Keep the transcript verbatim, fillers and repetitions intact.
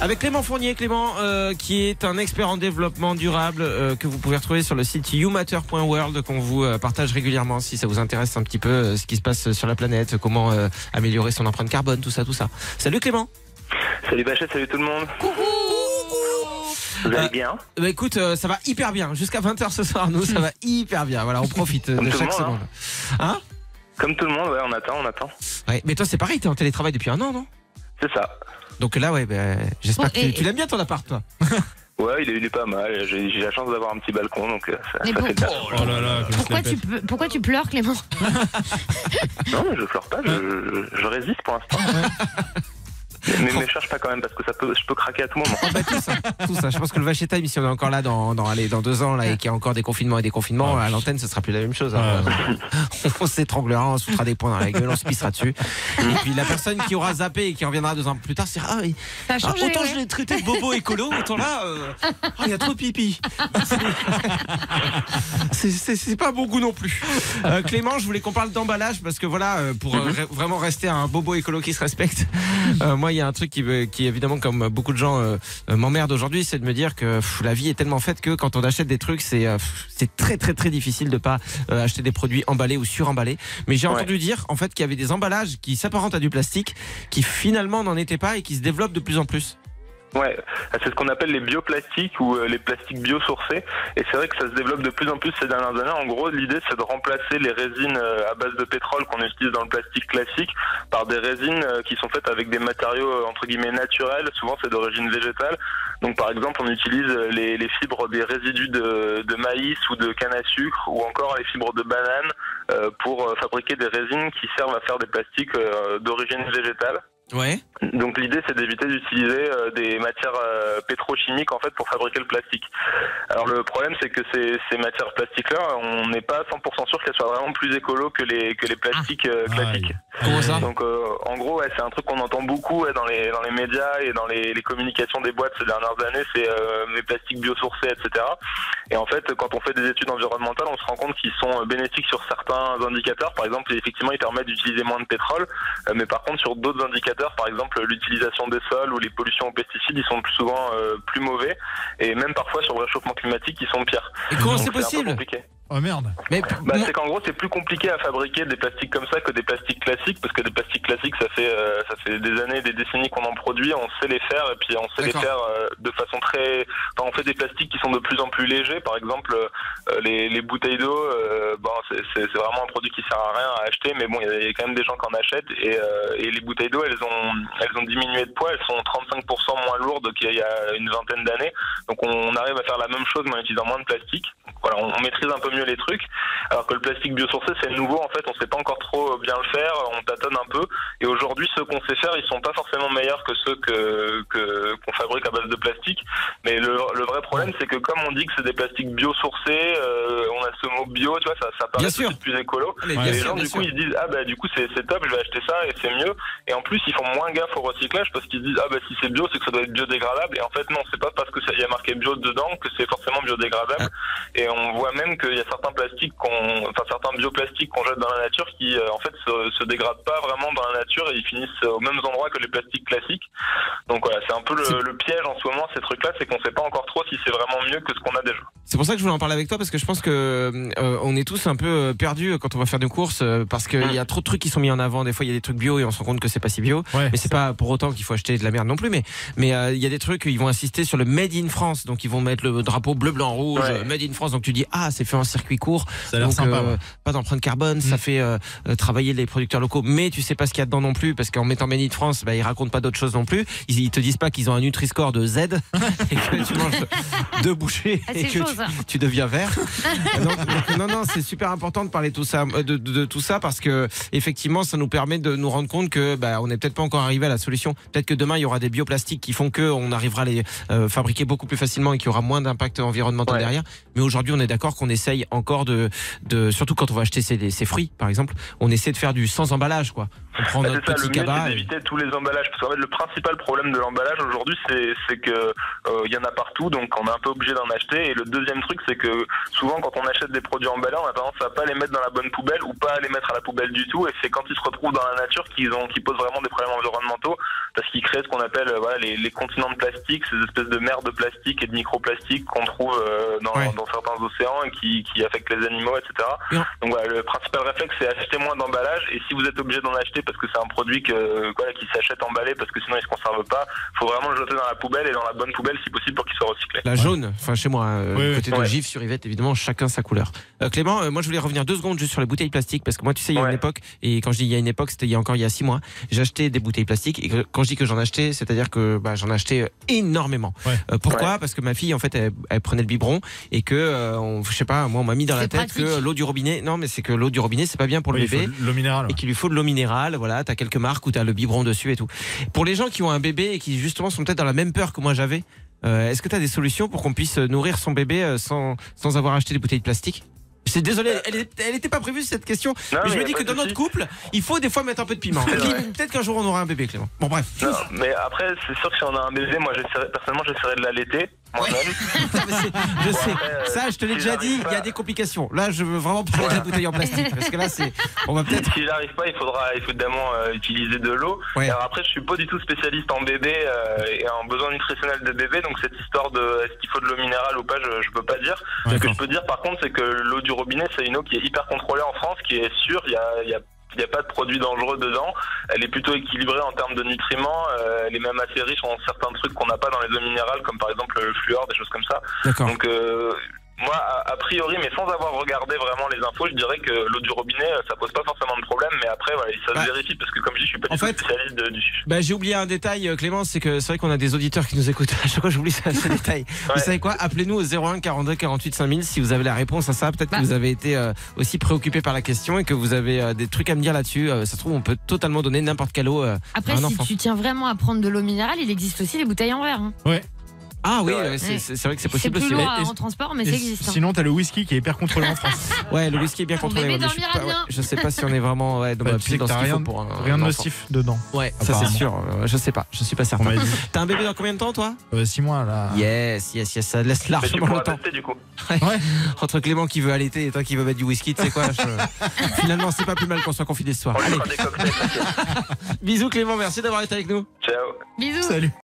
Avec Clément Fournier, Clément euh, qui est un expert en développement durable euh, que vous pouvez retrouver sur le site you matter point world qu'on vous euh, partage régulièrement si ça vous intéresse un petit peu euh, ce qui se passe sur la planète, comment euh, améliorer son empreinte carbone, tout ça, tout ça. Salut Clément. Salut Bachette, salut tout le monde. Coucou. Vous allez euh, bien? Bah écoute, euh, ça va hyper bien. Jusqu'à vingt heures ce soir, nous, ça va hyper bien. Voilà, on profite euh, de chaque monde, seconde. Hein, Comme tout le monde, ouais, on attend, on attend. ouais, mais toi, c'est pareil, t'es en télétravail depuis un an, non? C'est ça. Donc là, ouais, bah, j'espère Bon, que et- tu, tu l'aimes bien ton appart, toi. Ouais, il est, il est pas mal. J'ai j'ai la chance d'avoir un petit balcon, donc euh, ça, Mais ça pour- fait de la- Oh là là, que je Pourquoi la tu, pète. peux- pourquoi tu pleures, Clément? Non, mais je pleure pas, je, je, je résiste pour l'instant. Mais ne cherche pas quand même, parce que ça peut, je peux craquer à tout moment. Oh, bah, tout ça, tout ça. Je pense que le Vacher Time, si on est encore là dans, dans, allez, dans deux ans là, et qu'il y a encore des confinements et des confinements, à l'antenne, ce sera plus la même chose. Hein. On s'étranglera, on se foutra des poings dans la gueule, on se pissera dessus. Et puis la personne qui aura zappé et qui reviendra deux ans plus tard, c'est ah, oui. Ça a Alors, changé, autant ouais. je l'ai traité de bobo écolo, autant là, euh, ah, il y a trop de pipi. C'est- C'est c'est pas bon goût non plus. Euh, Clément, je voulais qu'on parle d'emballage parce que voilà, euh, pour euh, re- vraiment rester un bobo écolo qui se respecte, euh, moi il y a un truc qui, veut- qui évidemment comme beaucoup de gens euh, euh, m'emmerde aujourd'hui, c'est de me dire que pff, la vie est tellement faite que quand on achète des trucs, c'est euh, pff, c'est très très très difficile de pas euh, acheter des produits emballés ou suremballés. Mais j'ai Ouais. entendu dire en fait qu'il y avait des emballages qui s'apparentent à du plastique, qui finalement n'en étaient pas et qui se développent de plus en plus. Ouais, c'est ce qu'on appelle les bioplastiques ou euh, les plastiques biosourcés. Et c'est vrai que ça se développe de plus en plus ces dernières années. En gros, l'idée, c'est de remplacer les résines euh, à base de pétrole qu'on utilise dans le plastique classique par des résines euh, qui sont faites avec des matériaux euh, entre guillemets naturels. Souvent, c'est d'origine végétale. Donc, par exemple, on utilise euh, les, les fibres des résidus de, de maïs ou de canne à sucre ou encore les fibres de banane euh, pour euh, fabriquer des résines qui servent à faire des plastiques euh, d'origine végétale. Ouais. Donc l'idée c'est d'éviter d'utiliser euh, des matières euh, pétrochimiques en fait pour fabriquer le plastique. Alors le problème c'est que ces, ces matières plastiques là, on n'est pas cent pour cent sûr qu'elles soient vraiment plus écolo que les que les plastiques euh, classiques. Comment ça? Donc euh, en gros ouais, c'est un truc qu'on entend beaucoup ouais, dans les dans les médias et dans les, les communications des boîtes ces dernières années, c'est euh, les plastiques biosourcés, et cetera. Et en fait quand on fait des études environnementales, on se rend compte qu'ils sont bénéfiques sur certains indicateurs. Par exemple, effectivement, ils permettent d'utiliser moins de pétrole, euh, mais par contre sur d'autres indicateurs, par exemple l'utilisation des sols ou les pollutions aux pesticides, ils sont plus souvent euh, plus mauvais, et même parfois sur le réchauffement climatique, ils sont pires. Et comment Donc, c'est un peu possible? compliqué. Oh merde. Mais Bah, moi- c'est qu'en gros c'est plus compliqué à fabriquer des plastiques comme ça que des plastiques classiques, parce que des plastiques classiques ça fait euh, ça fait des années, des décennies qu'on en produit, on sait les faire et puis on sait les D'accord. faire euh, de façon très. Enfin, on fait des plastiques qui sont de plus en plus légers. Par exemple euh, les, les bouteilles d'eau, euh, bon c'est, c'est, c'est vraiment un produit qui sert à rien à acheter, mais bon il y, a- il y a quand même des gens qui en achètent et, euh, et les bouteilles d'eau elles ont elles ont diminué de poids, elles sont trente-cinq pour cent moins lourdes qu'il y a une vingtaine d'années. Donc on arrive à faire la même chose mais en utilisant moins de plastique. Donc, voilà, on, on maîtrise un peu mieux les trucs. Alors que le plastique biosourcé c'est nouveau en fait, on sait pas encore trop bien le faire, on tâtonne un peu. Et aujourd'hui ceux qu'on sait faire ils sont pas forcément meilleurs que ceux que, que qu'on fabrique à base de plastique. Mais le, le vrai problème c'est que comme on dit que c'est des plastiques biosourcés, euh, on a ce mot bio, tu vois, ça, ça paraît Bien tout de sûr. suite plus écolo. Mais Et bien les sûr, gens bien du coup sûr. ils se disent ah bah du coup c'est, c'est top, je vais acheter ça et c'est mieux. Et en plus ils font moins gaffe au recyclage parce qu'ils se disent ah bah si c'est bio c'est que ça doit être biodégradable. Et en fait non, c'est pas parce que ça- il y a marqué bio dedans que c'est forcément biodégradable. Et on voit même qu'il y a certains plastiques qu'on, enfin certains bioplastiques qu'on jette dans la nature qui euh, en fait se, se dégradent pas vraiment dans la nature et ils finissent aux mêmes endroits que les plastiques classiques. Donc voilà, c'est un peu C'est- le, le piège en ce moment ces trucs là, c'est qu'on sait pas encore trop si c'est vraiment mieux que ce qu'on a déjà. C'est pour ça que je voulais en parler avec toi parce que je pense que euh, on est tous un peu euh, perdus quand on va faire des courses euh, parce qu'il y a trop de trucs qui sont mis en avant. Des fois il y a des trucs bio et on se rend compte que c'est pas si bio. Ouais. Mais c'est pas pour autant qu'il faut acheter de la merde non plus. Mais mais euh, il y a des trucs ils vont insister sur le made in France, donc ils vont mettre le drapeau bleu blanc rouge Ouais. euh, made in France. Donc tu dis ah c'est fait en circuit court. Ça a l'air Donc, sympa. euh, ouais. pas d'empreinte carbone, ça fait euh, euh, travailler les producteurs locaux, mais tu sais pas ce qu'il y a dedans non plus, parce qu'en mettant Made in France, bah, ils racontent pas d'autres choses non plus. Ils, ils te disent pas qu'ils ont un Nutri-Score de Z et que tu manges deux bouchées Ah, et c'est que chaud, tu, ça. tu deviens vert. donc, donc, non, non, c'est super important de parler de tout ça, de, de, de tout ça, parce que effectivement, ça nous permet de nous rendre compte que bah, on n'est peut-être pas encore arrivé à la solution. Peut-être que demain il y aura des bioplastiques qui font que on arrivera à les euh, fabriquer beaucoup plus facilement et qu'il y aura moins d'impact environnemental Ouais. derrière. Mais aujourd'hui, on est d'accord qu'on essaye essaye encore de, de, surtout quand on va acheter ses, ses fruits, par exemple, on essaie de faire du sans emballage, quoi. On prend bah, notre ça, petit le mieux, cabas. c'est d'éviter tous les emballages, parce qu'en fait, le principal problème de l'emballage aujourd'hui, c'est, c'est que il euh, y en a partout, donc on est un peu obligé d'en acheter. Et le deuxième truc, c'est que souvent, quand on achète des produits emballés, on a tendance à pas les mettre dans la bonne poubelle ou pas les mettre à la poubelle du tout. Et c'est quand ils se retrouvent dans la nature qu'ils ont, qu'ils posent vraiment des problèmes environnementaux, parce qu'ils créent ce qu'on appelle euh, voilà, les, les continents de plastique, ces espèces de mers de plastique et de microplastiques qu'on trouve euh, dans, ouais. dans certains océans et qui, qui affectent les animaux, et cetera. Ouais. Donc voilà, le principal réflexe, c'est acheter moins d'emballage. Et si vous êtes obligé d'en acheter parce que c'est un produit que, voilà, qui s'achète emballé parce que sinon il se conserve pas, faut vraiment le jeter dans la poubelle et dans la bonne poubelle si possible pour qu'il soit recyclé. La jaune, enfin chez moi, euh, oui, côté oui. de ouais. Gif sur Yvette, évidemment, chacun sa couleur. Euh, Clément, euh, moi je voulais revenir deux secondes juste sur les bouteilles plastiques parce que moi tu sais, il y a ouais. une époque, et quand je dis il y a une époque, c'était il y a encore il y a six mois, j'achetais des bouteilles plastiques et que, quand je dis que j'en achetais, c'est-à-dire que bah, j'en achetais énormément. Ouais. Euh, pourquoi ouais. Parce que ma fille en fait elle, elle prenait le biberon et que euh, on, je sais pas, moi on m'a mis dans c'est la tête pratique. Que l'eau du robinet, non mais c'est que l'eau du robinet c'est pas bien pour oui, le bébé. L'eau minérale. Et qu'il lui faut de l'eau minérale, voilà, t'as quelques marques où t'as le biberon dessus et tout. Pour les gens qui ont un bébé et qui justement sont peut-être dans la même peur que moi j'avais, euh, est-ce que tu as des solutions pour qu'on puisse nourrir son bébé sans, sans avoir acheté des bouteilles de plastique ? Je suis désolé, elle n'était pas prévue cette question, non, mais je me dis que dans notre couple, il faut des fois mettre un peu de piment. Peut-être qu'un jour on aura un bébé, Clément. Bon bref. Non, mais après, c'est sûr que si on a un bébé, moi j'essaierai, personnellement j'essaierai de l'allaiter. Ouais. Je bon, sais, après, ça je te l'ai si déjà dit, il y a des complications. Là je veux vraiment parler voilà. de la bouteille en plastique parce que là c'est, on va peut-être. Si j'arrive pas, il faudra évidemment euh, utiliser de l'eau. Ouais. Alors après je suis pas du tout spécialiste en bébé euh, et en besoin nutritionnel de bébé, donc cette histoire de est-ce qu'il faut de l'eau minérale ou pas, je, je peux pas dire. Ouais, ce que je peux dire par contre, c'est que l'eau du robinet, c'est une eau qui est hyper contrôlée en France, qui est sûre, il y a, il y a il n'y a pas de produits dangereux dedans, elle est plutôt équilibrée en termes de nutriments, euh, elle est même assez riche en certains trucs qu'on n'a pas dans les eaux minérales, comme par exemple le fluor, des choses comme ça. D'accord. Donc euh, moi, a, a priori, mais sans avoir regardé vraiment les infos, je dirais que l'eau du robinet, ça pose pas forcément de problème, mais après, voilà, ça bah, se vérifie, parce que comme je dis, je suis pas du tout spécialiste de, du sujet. Bah, j'ai oublié un détail, Clément, c'est que c'est vrai qu'on a des auditeurs qui nous écoutent. À chaque fois, j'oublie ce, ce détail. Ouais. Vous savez quoi ? Appelez-nous au zéro un quarante-deux quarante-huit cinq mille si vous avez la réponse à ça. Peut-être bah. que vous avez été euh, aussi préoccupé par la question et que vous avez euh, des trucs à me dire là-dessus. Euh, ça se trouve, on peut totalement donner n'importe quelle eau euh, après, à un si enfant. Tu tiens vraiment à prendre de l'eau minérale, il existe aussi les bouteilles en verre. Hein. Ouais. Ah oui, ouais. c'est, c'est, c'est vrai que c'est possible aussi. C'est aussi. plus lourd en transport, mais ça existe. Sinon, t'as le whisky qui est hyper contrôlé en France. Ouais, le whisky est bien contrôlé. Bébé ouais, je, pas, ouais, je sais pas si on est vraiment ouais, dans, bah, bah, tu sais dans que ce rien, pour un, rien de un nocif dedans. Ouais, ça c'est sûr. Euh, je sais pas, je suis pas certain. T'as un bébé dans combien de temps, toi ? euh, Six mois là. Yes, yes, yes, ça laisse largement le temps. Tester, du coup. Ouais. Ouais. Entre Clément qui veut allaiter et toi qui veux mettre du whisky, tu sais quoi je... Finalement, c'est pas plus mal qu'on soit confiné ce soir. On Allez. des cocktails, Bisous Clément, merci d'avoir été avec nous. Ciao. Bisous. Salut.